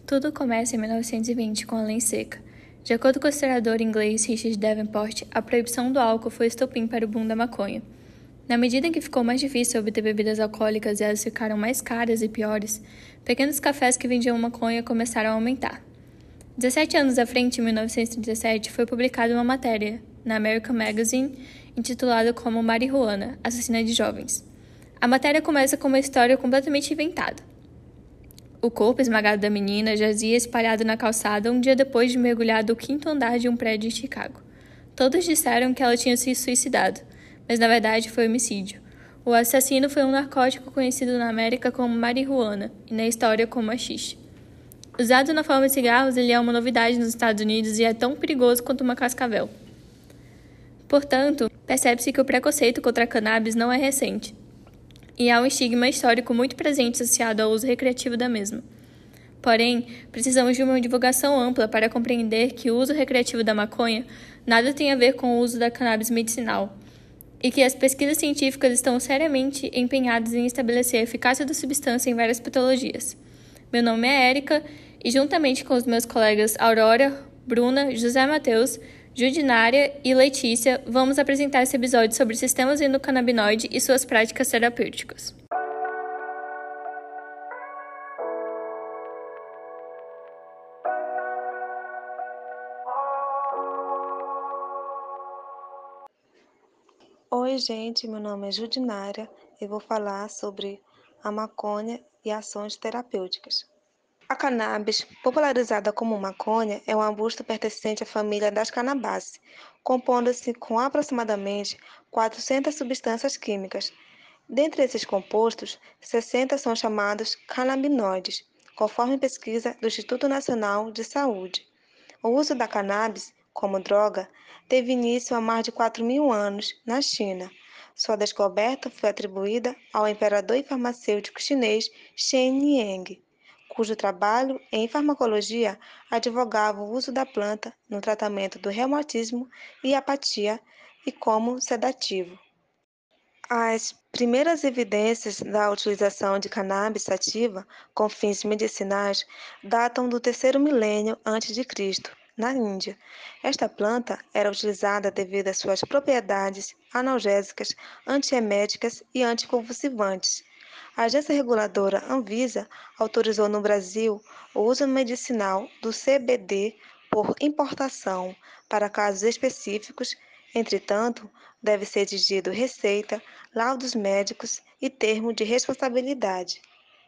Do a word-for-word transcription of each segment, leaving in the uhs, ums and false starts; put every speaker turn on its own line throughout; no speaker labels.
Tudo começa em mil novecentos e vinte com a Lei Seca. De acordo com o historiador inglês Richard Davenport, a proibição do álcool foi estopim para o boom da maconha. Na medida em que ficou mais difícil obter bebidas alcoólicas e elas ficaram mais caras e piores, pequenos cafés que vendiam maconha começaram a aumentar. dezessete anos à frente, em mil novecentos e trinta e sete, foi publicada uma matéria na American Magazine intitulada como Marihuana, Assassina de Jovens. A matéria começa com uma história completamente inventada. O corpo esmagado da menina jazia espalhado na calçada um dia depois de mergulhar do quinto andar de um prédio em Chicago. Todos disseram que ela tinha se suicidado, mas na verdade foi homicídio. O assassino foi um narcótico conhecido na América como marihuana e na história como haxixe. Usado na forma de cigarros, ele é uma novidade nos Estados Unidos e é tão perigoso quanto uma cascavel. Portanto, percebe-se que o preconceito contra a cannabis não é recente, e há um estigma histórico muito presente associado ao uso recreativo da mesma. Porém, precisamos de uma divulgação ampla para compreender que o uso recreativo da maconha nada tem a ver com o uso da cannabis medicinal, e que as pesquisas científicas estão seriamente empenhadas em estabelecer a eficácia da substância em várias patologias. Meu nome é Érica, e juntamente com os meus colegas Aurora, Bruna, José Matheus, Judinária e Letícia, vamos apresentar esse episódio sobre sistemas endocannabinoide e suas práticas terapêuticas.
Oi, gente, meu nome é Judinária e vou falar sobre a maconha e ações terapêuticas. A cannabis, popularizada como maconha, é um arbusto pertencente à família das cannabáceas, compondo-se com aproximadamente quatrocentas substâncias químicas. Dentre esses compostos, sessenta são chamados canabinoides, conforme pesquisa do Instituto Nacional de Saúde. O uso da cannabis como droga teve início há mais de quatro mil anos na China. Sua descoberta foi atribuída ao imperador e farmacêutico chinês Shen Yang, cujo trabalho em farmacologia advogava o uso da planta no tratamento do reumatismo e apatia e como sedativo. As primeiras evidências da utilização de cannabis sativa com fins medicinais datam do terceiro milênio antes de Cristo, na Índia. Esta planta era utilizada devido às suas propriedades analgésicas, antieméticas e anticonvulsivantes. A agência reguladora Anvisa autorizou no Brasil o uso medicinal do C B D por importação para casos específicos. Entretanto, deve ser exigido receita, laudos médicos e termo de responsabilidade.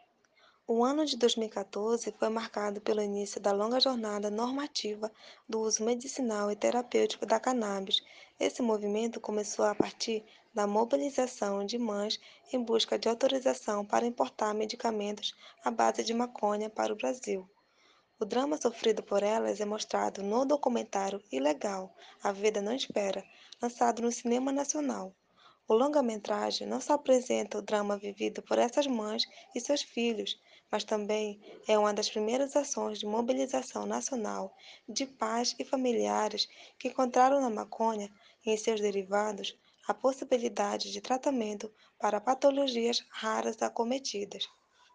O ano de dois mil e quatorze foi marcado pelo início da longa jornada normativa do uso medicinal e terapêutico da cannabis. Esse movimento começou a partir da mobilização de mães em busca de autorização para importar medicamentos à base de maconha para o Brasil. O drama sofrido por elas é mostrado no documentário Ilegal, A Vida Não Espera, lançado no Cinema Nacional. O longa-metragem não só apresenta o drama vivido por essas mães e seus filhos, mas também é uma das primeiras ações de mobilização nacional de pais e familiares que encontraram na maconha e em seus derivados a possibilidade de tratamento para patologias raras acometidas.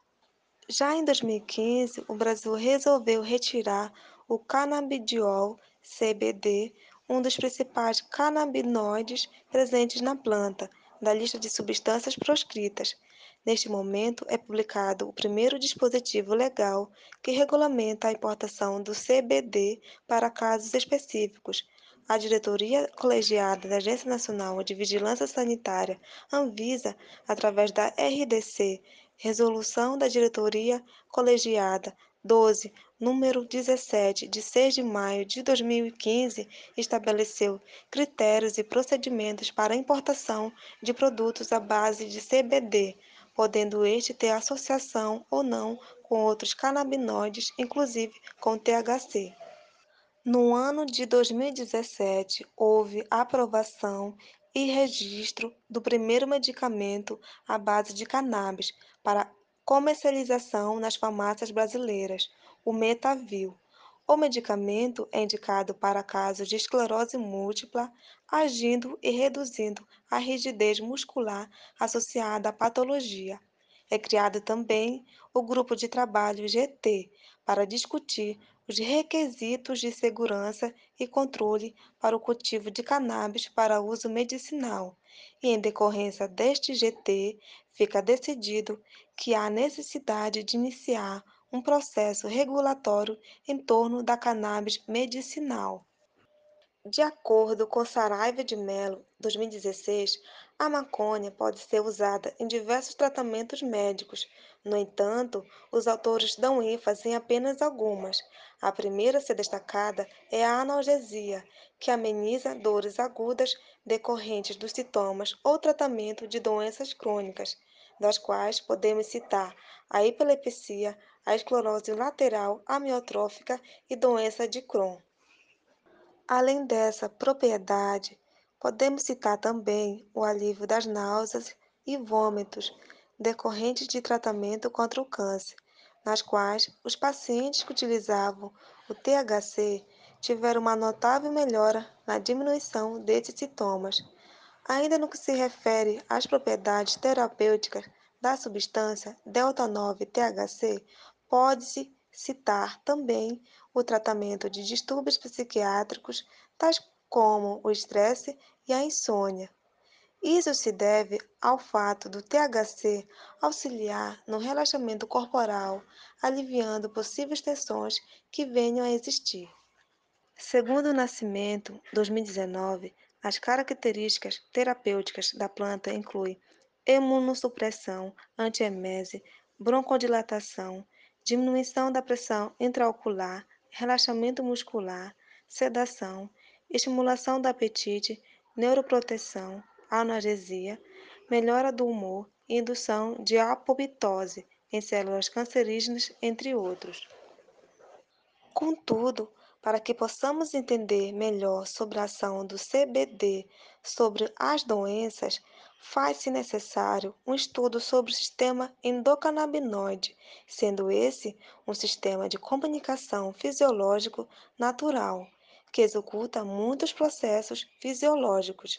Já em dois mil e quinze, o Brasil resolveu retirar o canabidiol C B D, um dos principais canabinoides presentes na planta, da lista de substâncias proscritas. Neste momento, é publicado o primeiro dispositivo legal que regulamenta a importação do C B D para casos específicos. A diretoria colegiada da Agência Nacional de Vigilância Sanitária, Anvisa, através da R D C, Resolução da Diretoria Colegiada doze, número dezessete, de seis de maio de dois mil e quinze, estabeleceu critérios e procedimentos para a importação de produtos à base de C B D, podendo este ter associação ou não com outros canabinoides, inclusive com T H C. No ano de dois mil e dezessete, houve aprovação e registro do primeiro medicamento à base de cannabis para comercialização nas farmácias brasileiras, o Metavil. O medicamento é indicado para casos de esclerose múltipla, agindo e reduzindo a rigidez muscular associada à patologia. é criado também o Grupo de Trabalho G T para discutir os requisitos de segurança e controle para o cultivo de cannabis para uso medicinal. E, em decorrência deste G T, fica decidido que há necessidade de iniciar um processo regulatório em torno da cannabis medicinal. De acordo com Saraiva de Mello, dois mil e dezesseis, a maconha pode ser usada em diversos tratamentos médicos. No entanto, os autores dão ênfase em apenas algumas. A primeira a ser destacada é a analgesia, que ameniza dores agudas decorrentes dos sintomas ou tratamento de doenças crônicas, das quais podemos citar a epilepsia, a esclerose lateral amiotrófica e doença de Crohn. Além dessa propriedade, podemos citar também o alívio das náuseas e vômitos decorrentes de tratamento contra o câncer, nas quais os pacientes que utilizavam o T H C tiveram uma notável melhora na diminuição desses sintomas. Ainda no que se refere às propriedades terapêuticas da substância delta nove T H C, pode-se citar também o tratamento de distúrbios psiquiátricos, tais como o estresse e a insônia. Isso se deve ao fato do T H C auxiliar no relaxamento corporal, aliviando possíveis tensões que venham a existir. Segundo o Nascimento, dois mil e dezenove, as características terapêuticas da planta incluem imunossupressão, antiemese, broncodilatação, diminuição da pressão intraocular, relaxamento muscular, sedação, estimulação do apetite, neuroproteção, analgesia, melhora do humor e indução de apoptose em células cancerígenas, entre outros. Contudo, para que possamos entender melhor sobre a ação do C B D sobre as doenças, faz-se necessário um estudo sobre o sistema endocannabinoide, sendo esse um sistema de comunicação fisiológico natural, que executa muitos processos fisiológicos.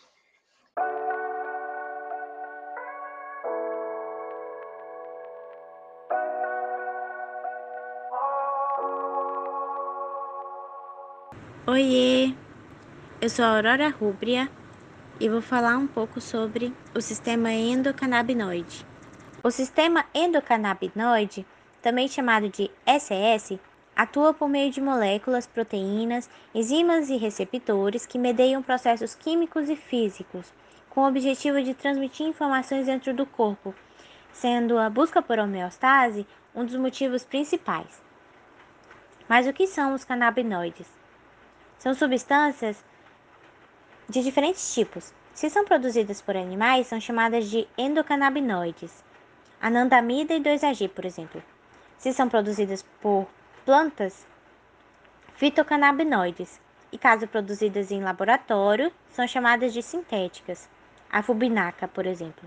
Oiê, eu sou a Aurora Rúbria e vou falar um pouco sobre o sistema endocannabinoide. O sistema endocannabinoide, também chamado de S S, atua por meio de moléculas, proteínas, enzimas e receptores que mediam processos químicos e físicos, com o objetivo de transmitir informações dentro do corpo, sendo a busca por homeostase um dos motivos principais. Mas o que são os canabinoides? São substâncias de diferentes tipos. Se são produzidas por animais, são chamadas de endocannabinoides. Anandamida e dois A G, por exemplo. Se são produzidas por plantas, fitocannabinoides. E caso produzidas em laboratório, são chamadas de sintéticas. A fubinaca, por exemplo.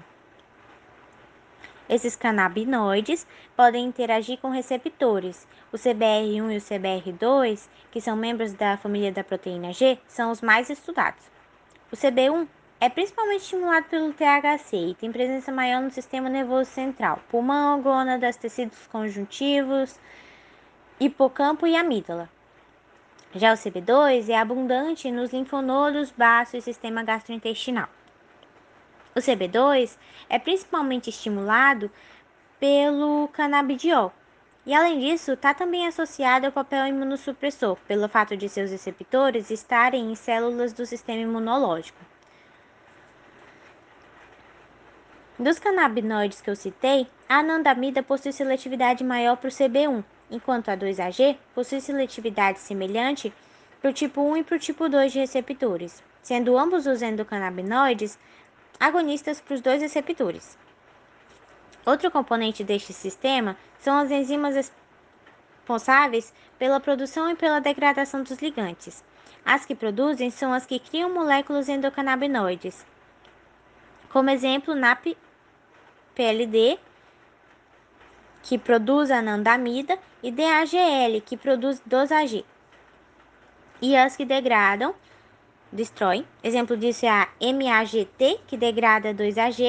Esses canabinoides podem interagir com receptores. O C B R um e o C B R dois, que são membros da família da proteína G, são os mais estudados. O C B um é principalmente estimulado pelo T H C e tem presença maior no sistema nervoso central, pulmão, gônadas, tecidos conjuntivos, hipocampo e amígdala. Já o C B dois é abundante nos linfonodos, baço e sistema gastrointestinal. O C B dois é principalmente estimulado pelo canabidiol. E além disso, está também associado ao papel imunossupressor, pelo fato de seus receptores estarem em células do sistema imunológico. Dos canabinoides que eu citei, a anandamida possui seletividade maior para o C B um, enquanto a dois A G possui seletividade semelhante para o tipo um e para o tipo dois de receptores, sendo ambos os endocannabinoides agonistas para os dois receptores. Outro componente deste sistema são as enzimas responsáveis pela produção e pela degradação dos ligantes. As que produzem são as que criam moléculas endocannabinoides. Como exemplo, N A P P L D, que produz a anandamida, e D A G L, que produz dois A G. E as que degradam, destroem. Exemplo disso é a M A G T, que degrada dois A G,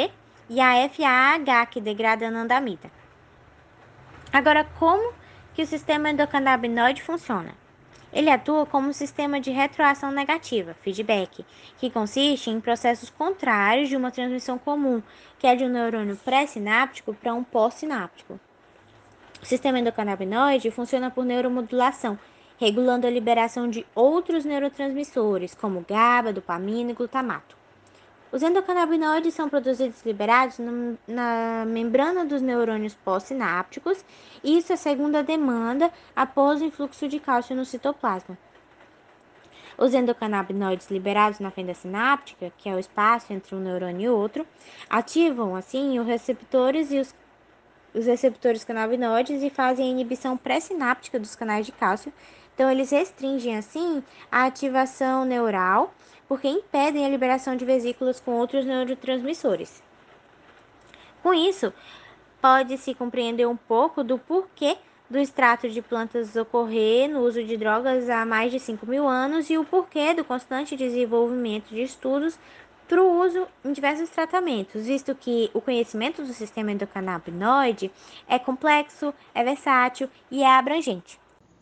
e a F A H, que degrada a anandamida. Agora, como que o sistema endocannabinoide funciona? Ele atua como um sistema de retroação negativa, feedback, que consiste em processos contrários de uma transmissão comum, que é de um neurônio pré-sináptico para um pós-sináptico. O sistema endocannabinoide funciona por neuromodulação, regulando a liberação de outros neurotransmissores, como GABA, dopamina e glutamato. Os endocannabinoides são produzidos e liberados no, na membrana dos neurônios pós-sinápticos, e isso é segundo a demanda após o influxo de cálcio no citoplasma. Os endocannabinoides liberados na fenda sináptica, que é o espaço entre um neurônio e outro, ativam, assim, os receptores e os, os receptores canabinoides e fazem a inibição pré-sináptica dos canais de cálcio. Então, eles restringem, assim, a ativação neural, porque impedem a liberação de vesículas com outros neurotransmissores. Com isso, pode-se compreender um pouco do porquê do extrato de plantas ocorrer no uso de drogas há mais de cinco mil anos e o porquê do constante desenvolvimento de estudos para o uso em diversos tratamentos, visto que o conhecimento do sistema endocannabinoide é complexo, é versátil e é abrangente.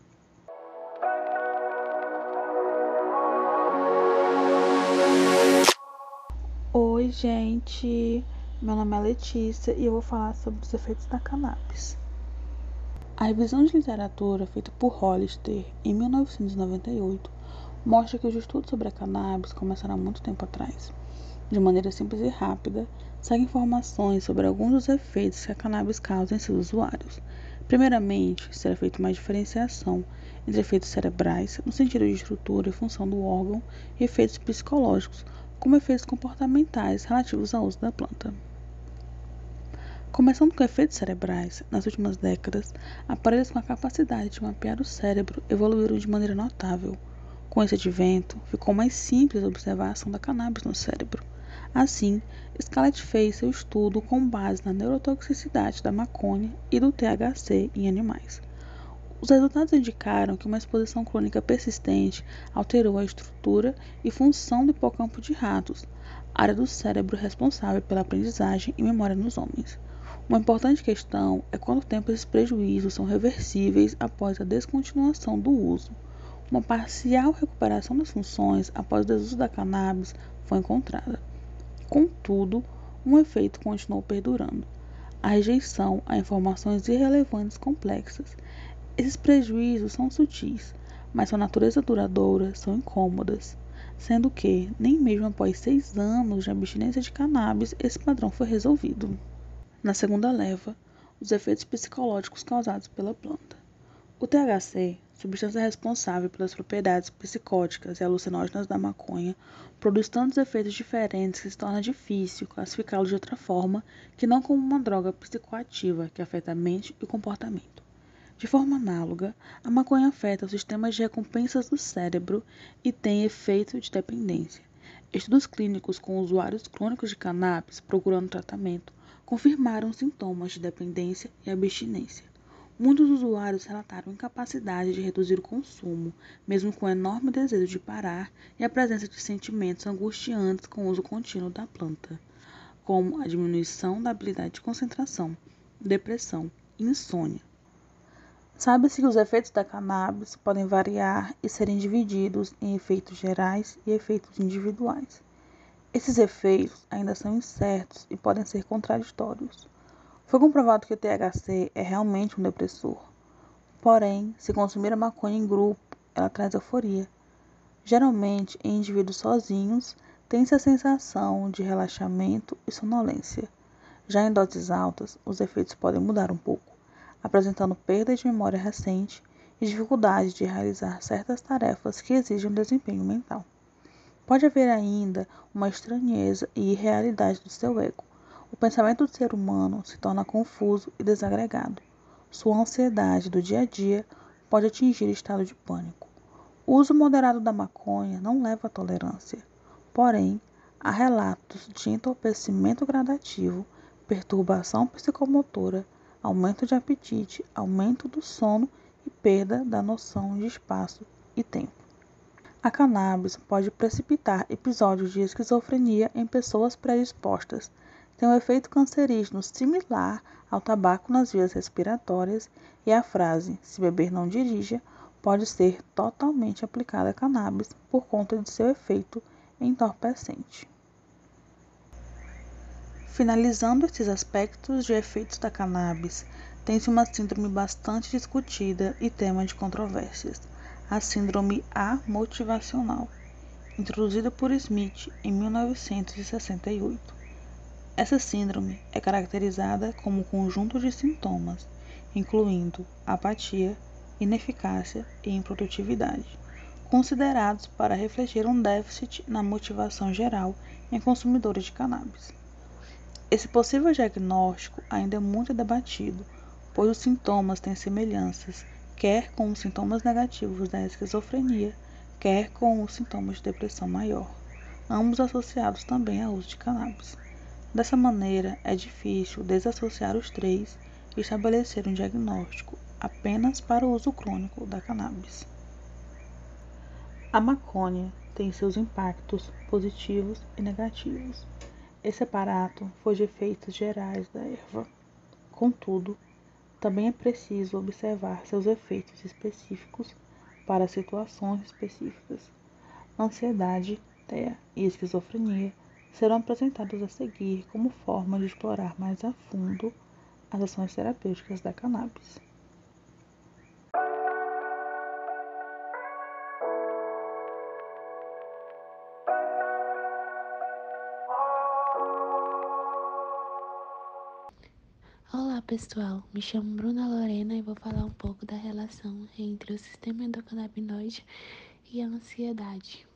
Oi, gente! Meu nome é Letícia e eu vou falar sobre os efeitos da cannabis. A revisão de literatura feita por Hollister em mil novecentos e noventa e oito mostra que os estudos sobre a cannabis começaram há muito tempo atrás. De maneira simples e rápida, seguem informações sobre alguns dos efeitos que a cannabis causa em seus usuários. Primeiramente, será feita uma diferenciação entre efeitos cerebrais, no sentido de estrutura e função do órgão, e efeitos psicológicos, como efeitos comportamentais relativos ao uso da planta. Começando com efeitos cerebrais, nas últimas décadas, aparelhos com a capacidade de mapear o cérebro evoluíram de maneira notável. Com esse advento, ficou mais simples observar a ação da cannabis no cérebro. Assim, Scarlett fez seu estudo com base na neurotoxicidade da maconha e do T H C em animais. Os resultados indicaram que uma exposição crônica persistente alterou a estrutura e função do hipocampo de ratos, área do cérebro responsável pela aprendizagem e memória nos homens. Uma importante questão é quanto tempo esses prejuízos são reversíveis após a descontinuação do uso. Uma parcial recuperação das funções após o desuso da cannabis foi encontrada. Contudo, um efeito continuou perdurando: a rejeição a informações irrelevantes complexas. Esses prejuízos são sutis, mas sua natureza duradoura são incômodas, sendo que, nem mesmo após seis anos de abstinência de cannabis, esse padrão foi resolvido. Na segunda leva, os efeitos psicológicos causados pela planta. O T H C, substância responsável pelas propriedades psicóticas e alucinógenas da maconha, produz tantos efeitos diferentes que se torna difícil classificá-lo de outra forma que não como uma droga psicoativa que afeta a mente e o comportamento. De forma análoga, a maconha afeta os sistemas de recompensas do cérebro e tem efeito de dependência. Estudos clínicos com usuários crônicos de cannabis procurando tratamento confirmaram sintomas de dependência e abstinência. Muitos usuários relataram incapacidade de reduzir o consumo, mesmo com o enorme desejo de parar e a presença de sentimentos angustiantes com o uso contínuo da planta, como a diminuição da habilidade de concentração, depressão e insônia. Sabe-se que os efeitos da cannabis podem variar e serem divididos em efeitos gerais e efeitos individuais. Esses efeitos ainda são incertos e podem ser contraditórios. Foi comprovado que o T H C é realmente um depressor. Porém, se consumir a maconha em grupo, ela traz euforia. Geralmente, em indivíduos sozinhos, tem-se a sensação de relaxamento e sonolência. Já em doses altas, os efeitos podem mudar um pouco, apresentando perda de memória recente e dificuldade de realizar certas tarefas que exigem um desempenho mental. Pode haver ainda uma estranheza e irrealidade do seu ego. O pensamento do ser humano se torna confuso e desagregado. Sua ansiedade do dia a dia pode atingir estado de pânico. O uso moderado da maconha não leva à tolerância. Porém, há relatos de entorpecimento gradativo, perturbação psicomotora, aumento de apetite, aumento do sono e perda da noção de espaço e tempo. A cannabis pode precipitar episódios de esquizofrenia em pessoas predispostas, tem um efeito cancerígeno similar ao tabaco nas vias respiratórias e a frase "se beber não dirija" pode ser totalmente aplicada a cannabis por conta de seu efeito entorpecente. Finalizando esses aspectos de efeitos da cannabis, tem-se uma síndrome bastante discutida e tema de controvérsias, a síndrome amotivacional, introduzida por Smith em mil novecentos e sessenta e oito. Essa síndrome é caracterizada como um conjunto de sintomas, incluindo apatia, ineficácia e improdutividade, considerados para refletir um déficit na motivação geral em consumidores de cannabis. Esse possível diagnóstico ainda é muito debatido, pois os sintomas têm semelhanças, quer com os sintomas negativos da esquizofrenia, quer com os sintomas de depressão maior, ambos associados também ao uso de cannabis. Dessa maneira, é difícil desassociar os três e estabelecer um diagnóstico apenas para o uso crônico da cannabis. A maconha tem seus impactos positivos e negativos. Esse aparato foi de efeitos gerais da erva. Contudo, também é preciso observar seus efeitos específicos para situações específicas. Ansiedade, T E A e esquizofrenia serão apresentados a seguir como forma de explorar mais a fundo as ações terapêuticas da cannabis.
Olá pessoal, me chamo Bruna Lorena e vou falar um pouco da relação entre o sistema endocannabinoide e a ansiedade.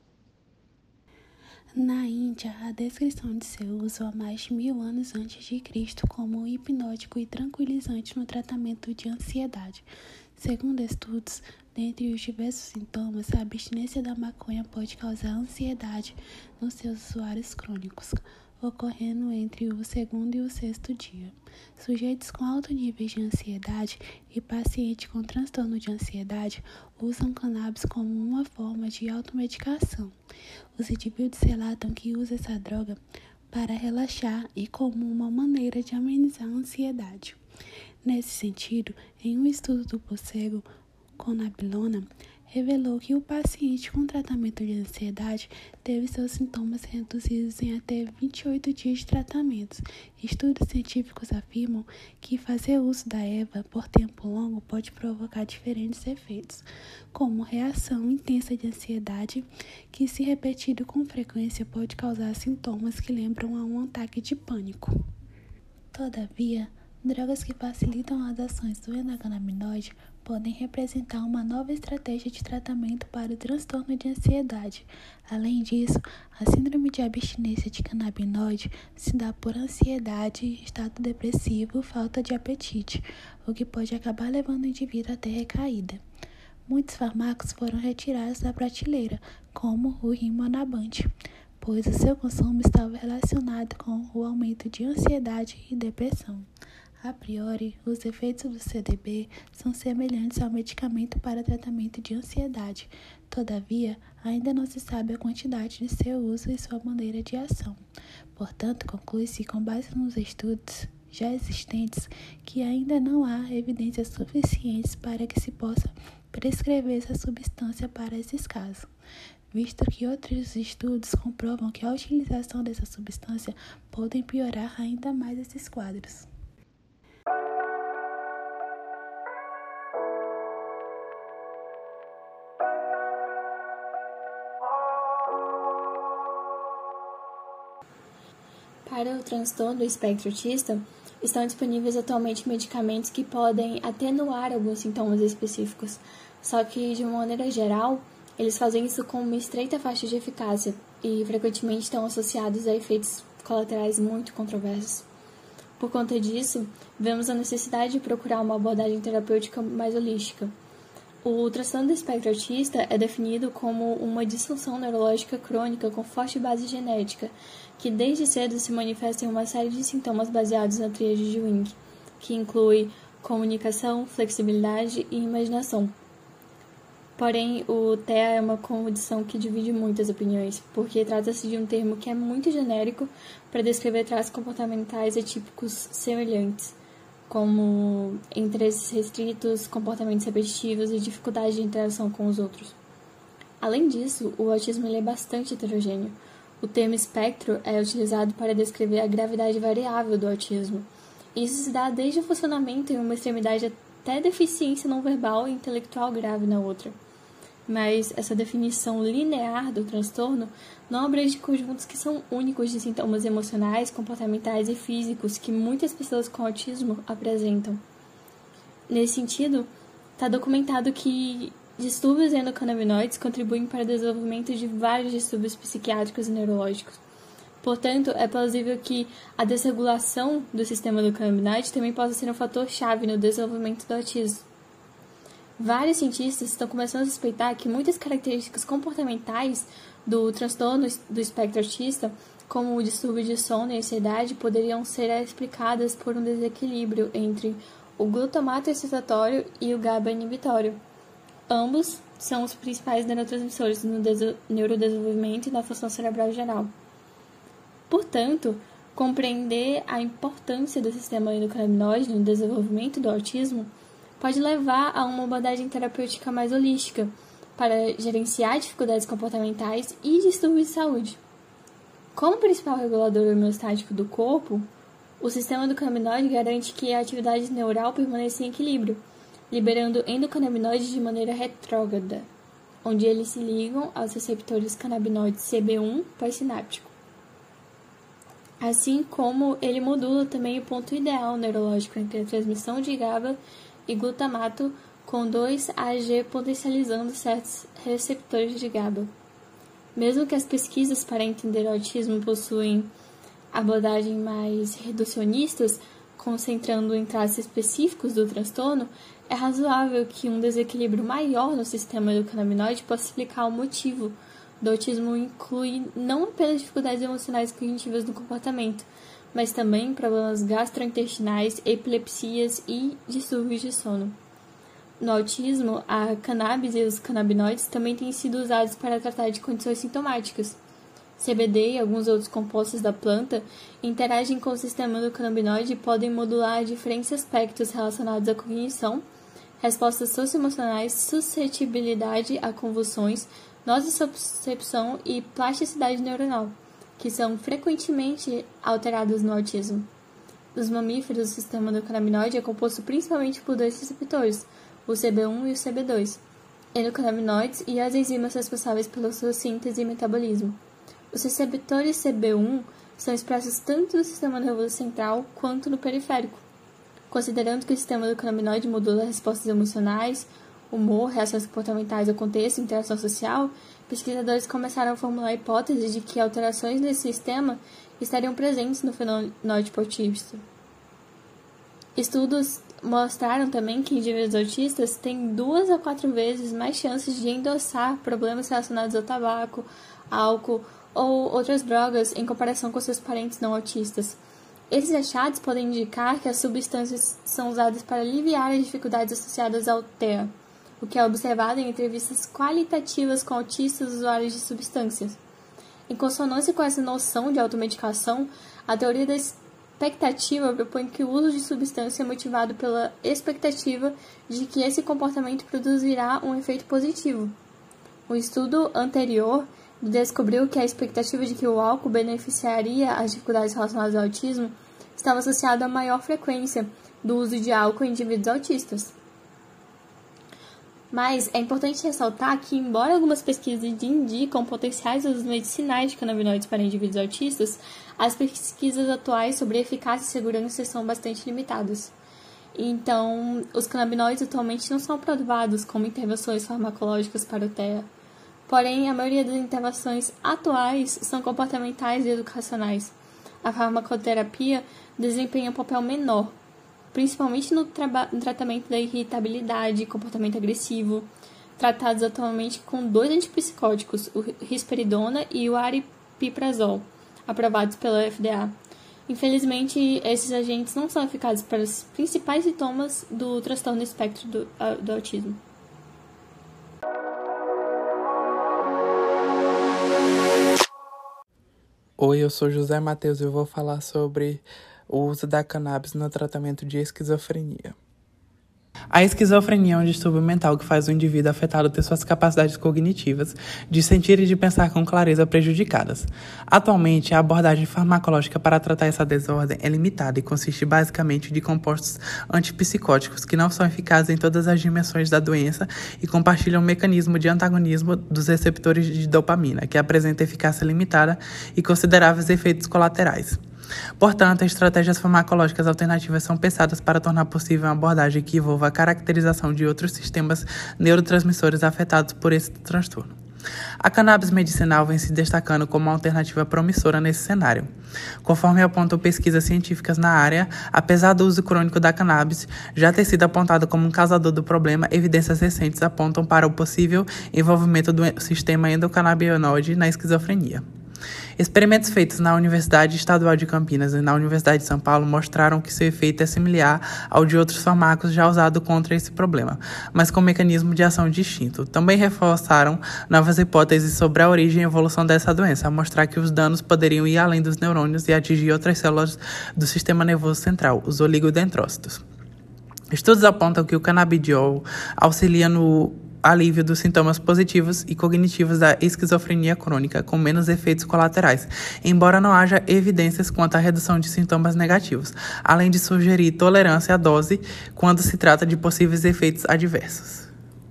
Na Índia, a descrição de seu uso há mais de mil anos antes de Cristo como um hipnótico e tranquilizante no tratamento de ansiedade. Segundo estudos, dentre os diversos sintomas, a abstinência da maconha pode causar ansiedade nos seus usuários crônicos, ocorrendo entre o segundo e o sexto dia. Sujeitos com alto nível de ansiedade e pacientes com transtorno de ansiedade usam cannabis como uma forma de automedicação. Os indivíduos relatam que usam essa droga para relaxar e como uma maneira de amenizar a ansiedade. Nesse sentido, em um estudo do Placebo Connabilona, revelou que o paciente com tratamento de ansiedade teve seus sintomas reduzidos em até vinte e oito dias de tratamento. Estudos científicos afirmam que fazer uso da erva por tempo longo pode provocar diferentes efeitos, como reação intensa de ansiedade, que se repetido com frequência pode causar sintomas que lembram a um ataque de pânico. Todavia, drogas que facilitam as ações do endocannabinoide podem representar uma nova estratégia de tratamento para o transtorno de ansiedade. Além disso, a síndrome de abstinência de canabinoide se dá por ansiedade, estado depressivo, falta de apetite, o que pode acabar levando o indivíduo até recaída. Muitos fármacos foram retirados da prateleira, como o rimonabant, pois o seu consumo estava relacionado com o aumento de ansiedade e depressão. A priori, os efeitos do C D B são semelhantes ao medicamento para tratamento de ansiedade. Todavia, ainda não se sabe a quantidade de seu uso e sua maneira de ação. Portanto, conclui-se com base nos estudos já existentes que ainda não há evidências suficientes para que se possa prescrever essa substância para esses casos, visto que outros estudos comprovam que a utilização dessa substância pode piorar ainda mais esses quadros.
Para o transtorno do espectro autista, estão disponíveis atualmente medicamentos que podem atenuar alguns sintomas específicos, só que, de uma maneira geral, eles fazem isso com uma estreita faixa de eficácia e frequentemente estão associados a efeitos colaterais muito controversos. Por conta disso, vemos a necessidade de procurar uma abordagem terapêutica mais holística. O transtorno do espectro autista é definido como uma disfunção neurológica crônica com forte base genética, que desde cedo se manifesta em uma série de sintomas baseados na tríade de Wing, que inclui comunicação, flexibilidade e imaginação. Porém, o T E A é uma condição que divide muitas opiniões, porque trata-se de um termo que é muito genérico para descrever traços comportamentais atípicos semelhantes, como interesses restritos, comportamentos repetitivos e dificuldade de interação com os outros. Além disso, o autismo ele é bastante heterogêneo. O termo espectro é utilizado para descrever a gravidade variável do autismo. Isso se dá desde o funcionamento em uma extremidade até deficiência não verbal e intelectual grave na outra. Mas essa definição linear do transtorno não abrange conjuntos que são únicos de sintomas emocionais, comportamentais e físicos que muitas pessoas com autismo apresentam. Nesse sentido, está documentado que distúrbios endocannabinoides contribuem para o desenvolvimento de vários distúrbios psiquiátricos e neurológicos. Portanto, é plausível que a desregulação do sistema endocannabinoide também possa ser um fator-chave no desenvolvimento do autismo. Vários cientistas estão começando a suspeitar que muitas características comportamentais do transtorno do espectro autista, como o distúrbio de sono e ansiedade, poderiam ser explicadas por um desequilíbrio entre o glutamato excitatório e o GABA inibitório. Ambos são os principais neurotransmissores no neurodesenvolvimento e na função cerebral geral. Portanto, compreender a importância do sistema endocannabinoide no desenvolvimento do autismo pode levar a uma abordagem terapêutica mais holística para gerenciar dificuldades comportamentais e distúrbios de saúde. Como principal regulador homeostático do corpo, o sistema endocannabinoide garante que a atividade neural permaneça em equilíbrio, liberando endocannabinoides de maneira retrógrada, onde eles se ligam aos receptores canabinoides C B um pós-sináptico. Assim como ele modula também o ponto ideal neurológico entre a transmissão de GABA e glutamato, com dois A G potencializando certos receptores de GABA. Mesmo que as pesquisas para entender o autismo possuem abordagens mais reducionistas, concentrando em traços específicos do transtorno, é razoável que um desequilíbrio maior no sistema endocannabinoide possa explicar o motivo do autismo incluir não apenas dificuldades emocionais e cognitivas no comportamento, mas também problemas gastrointestinais, epilepsias e distúrbios de sono. No autismo, a cannabis e os canabinoides também têm sido usados para tratar de condições sintomáticas. C B D e alguns outros compostos da planta interagem com o sistema endocannabinoide e podem modular diferentes aspectos relacionados à cognição, respostas socioemocionais, suscetibilidade a convulsões, nocicepção e plasticidade neuronal, que são frequentemente alteradas no autismo. Nos mamíferos, o sistema endocannabinoide é composto principalmente por dois receptores, o C B um e o C B dois, endocannabinoides e as enzimas responsáveis pela sua síntese e metabolismo. Os receptores C B um são expressos tanto no sistema nervoso central quanto no periférico. Considerando que o sistema endocannabinoide modula respostas emocionais, humor, reações comportamentais ao contexto e interação social, pesquisadores começaram a formular a hipótese de que alterações nesse sistema estariam presentes no fenótipo autista. Estudos mostraram também que indivíduos autistas têm duas a quatro vezes mais chances de endossar problemas relacionados ao tabaco, álcool ou outras drogas em comparação com seus parentes não autistas. Esses achados podem indicar que as substâncias são usadas para aliviar as dificuldades associadas ao T E A, o que é observado em entrevistas qualitativas com autistas usuários de substâncias. Em consonância com essa noção de automedicação, a teoria da expectativa propõe que o uso de substância é motivado pela expectativa de que esse comportamento produzirá um efeito positivo. Um estudo anterior descobriu que a expectativa de que o álcool beneficiaria as dificuldades relacionadas ao autismo estava associada à maior frequência do uso de álcool em indivíduos autistas. Mas é importante ressaltar que, embora algumas pesquisas indicam potenciais usos medicinais de canabinoides para indivíduos autistas, as pesquisas atuais sobre eficácia e segurança são bastante limitadas. Então, os canabinoides atualmente não são aprovados como intervenções farmacológicas para o T E A. Porém, a maioria das intervenções atuais são comportamentais e educacionais. A farmacoterapia desempenha um papel menor, principalmente no, no tratamento da irritabilidade e comportamento agressivo, tratados atualmente com dois antipsicóticos, o risperidona e o aripiprazol, aprovados pela F D A. Infelizmente, esses agentes não são eficazes para os principais sintomas do transtorno espectro do, do autismo.
Oi, eu sou José Matheus e eu vou falar sobre o uso da cannabis no tratamento de esquizofrenia. A esquizofrenia é um distúrbio mental que faz o indivíduo afetado ter suas capacidades cognitivas de sentir e de pensar com clareza prejudicadas. Atualmente, a abordagem farmacológica para tratar essa desordem é limitada e consiste basicamente de compostos antipsicóticos que não são eficazes em todas as dimensões da doença e compartilham um mecanismo de antagonismo dos receptores de dopamina, que apresenta eficácia limitada e consideráveis efeitos colaterais. Portanto, estratégias farmacológicas alternativas são pensadas para tornar possível uma abordagem que envolva a caracterização de outros sistemas neurotransmissores afetados por esse transtorno. A cannabis medicinal vem se destacando como uma alternativa promissora nesse cenário. Conforme apontam pesquisas científicas na área, apesar do uso crônico da cannabis já ter sido apontado como um causador do problema, evidências recentes apontam para o possível envolvimento do sistema endocannabinoide na esquizofrenia. Experimentos feitos na Universidade Estadual de Campinas e na Universidade de São Paulo mostraram que seu efeito é similar ao de outros fármacos já usados contra esse problema, mas com mecanismo de ação distinto. Também reforçaram novas hipóteses sobre a origem e evolução dessa doença, a mostrar que os danos poderiam ir além dos neurônios e atingir outras células do sistema nervoso central, os oligodendrócitos. Estudos apontam que o canabidiol auxilia no alívio dos sintomas positivos e cognitivos da esquizofrenia crônica, com menos efeitos colaterais, embora não haja evidências quanto à redução de sintomas negativos, além de sugerir tolerância à dose quando se trata de possíveis efeitos adversos.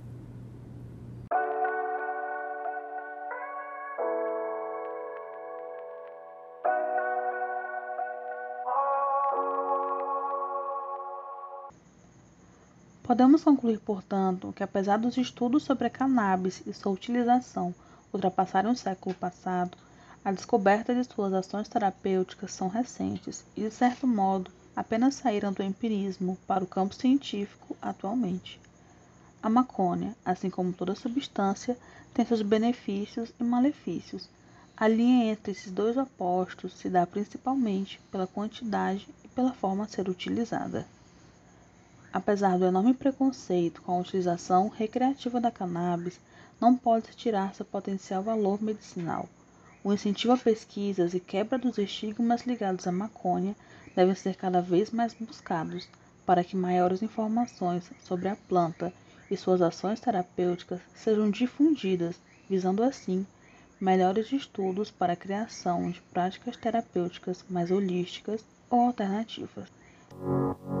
Podemos concluir, portanto, que apesar dos estudos sobre a cannabis e sua utilização ultrapassarem o século passado, a descoberta de suas ações terapêuticas são recentes e, de certo modo, apenas saíram do empirismo para o campo científico atualmente. A maconha, assim como toda substância, tem seus benefícios e malefícios. A linha entre esses dois opostos se dá principalmente pela quantidade e pela forma a ser utilizada. Apesar do enorme preconceito com a utilização recreativa da cannabis, não pode-se tirar seu potencial valor medicinal. O incentivo a pesquisas e quebra dos estigmas ligados à maconha devem ser cada vez mais buscados, para que maiores informações sobre a planta e suas ações terapêuticas sejam difundidas, visando assim melhores estudos para a criação de práticas terapêuticas mais holísticas ou alternativas.